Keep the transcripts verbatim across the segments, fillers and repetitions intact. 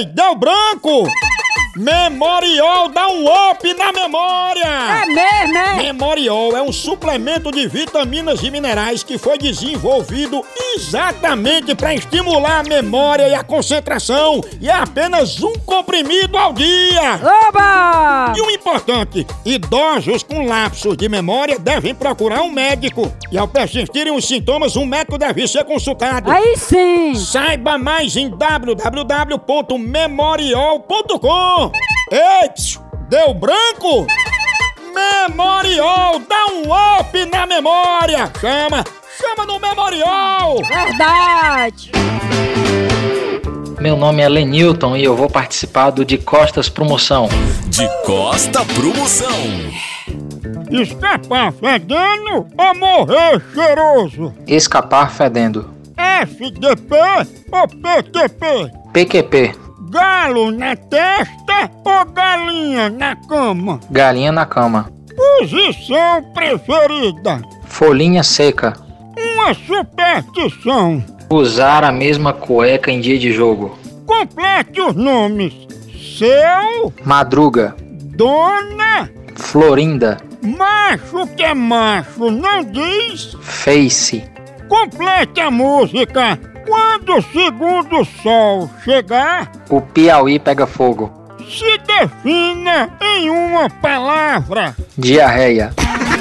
Ei, deu branco! Memorial dá um up na memória! É mesmo, é? Memorial é um suplemento de vitaminas e minerais que foi desenvolvido exatamente para estimular a memória e a concentração, e é apenas um comprimido ao dia! Oba! E o importante, idosos com lapsos de memória devem procurar um médico, e ao persistirem os sintomas, um médico deve ser consultado. Aí sim! Saiba mais em w w w ponto memorial ponto com. Ei, psiu, deu branco? Memorial, dá um up na memória! Chama, chama no Memorial! Verdade! Meu nome é Lenilton e eu vou participar do De Costas Promoção. De Costa Promoção. Escapar fedendo ou morrer cheiroso? Escapar fedendo. F D P ou P Q P? P Q P. Galo na testa ou galinha na cama? Galinha na cama. Posição preferida? Folhinha seca. Uma superstição? Usar a mesma cueca em dia de jogo. Complete os nomes. Seu, Madruga. dona, Florinda. macho que é macho, não diz? Face. Complete a música. Quando o segundo sol chegar, O Piauí pega fogo. se defina em uma palavra. Diarreia.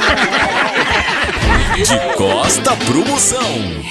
De Costa Promoção.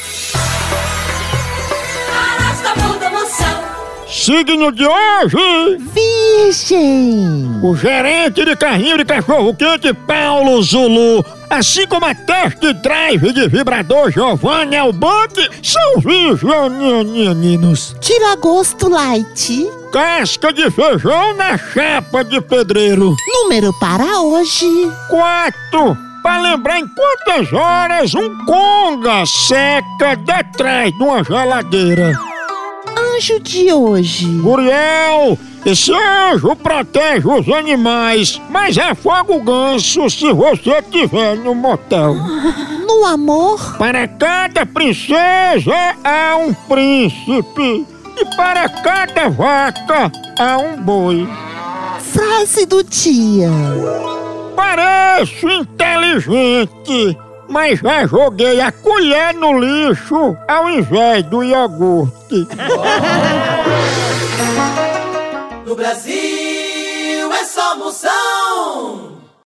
Signo de hoje, Virgem! o gerente de carrinho de cachorro-quente Paulo Zulu, assim como a test drive de vibrador Giovanni Albanque, são virginianinos. Tira gosto light. Casca de feijão na chapa de pedreiro. Número para hoje. Quatro, para lembrar em quantas horas um conga seca detrás de uma geladeira. Anjo de hoje. Guriel, esse anjo protege os animais, mas afoga o ganso se você estiver no motel. No amor. Para cada princesa há um príncipe, e para cada vaca há um boi. Frase do dia. Pareço inteligente, mas já joguei a colher no lixo ao invés do iogurte. No Brasil é só Moção.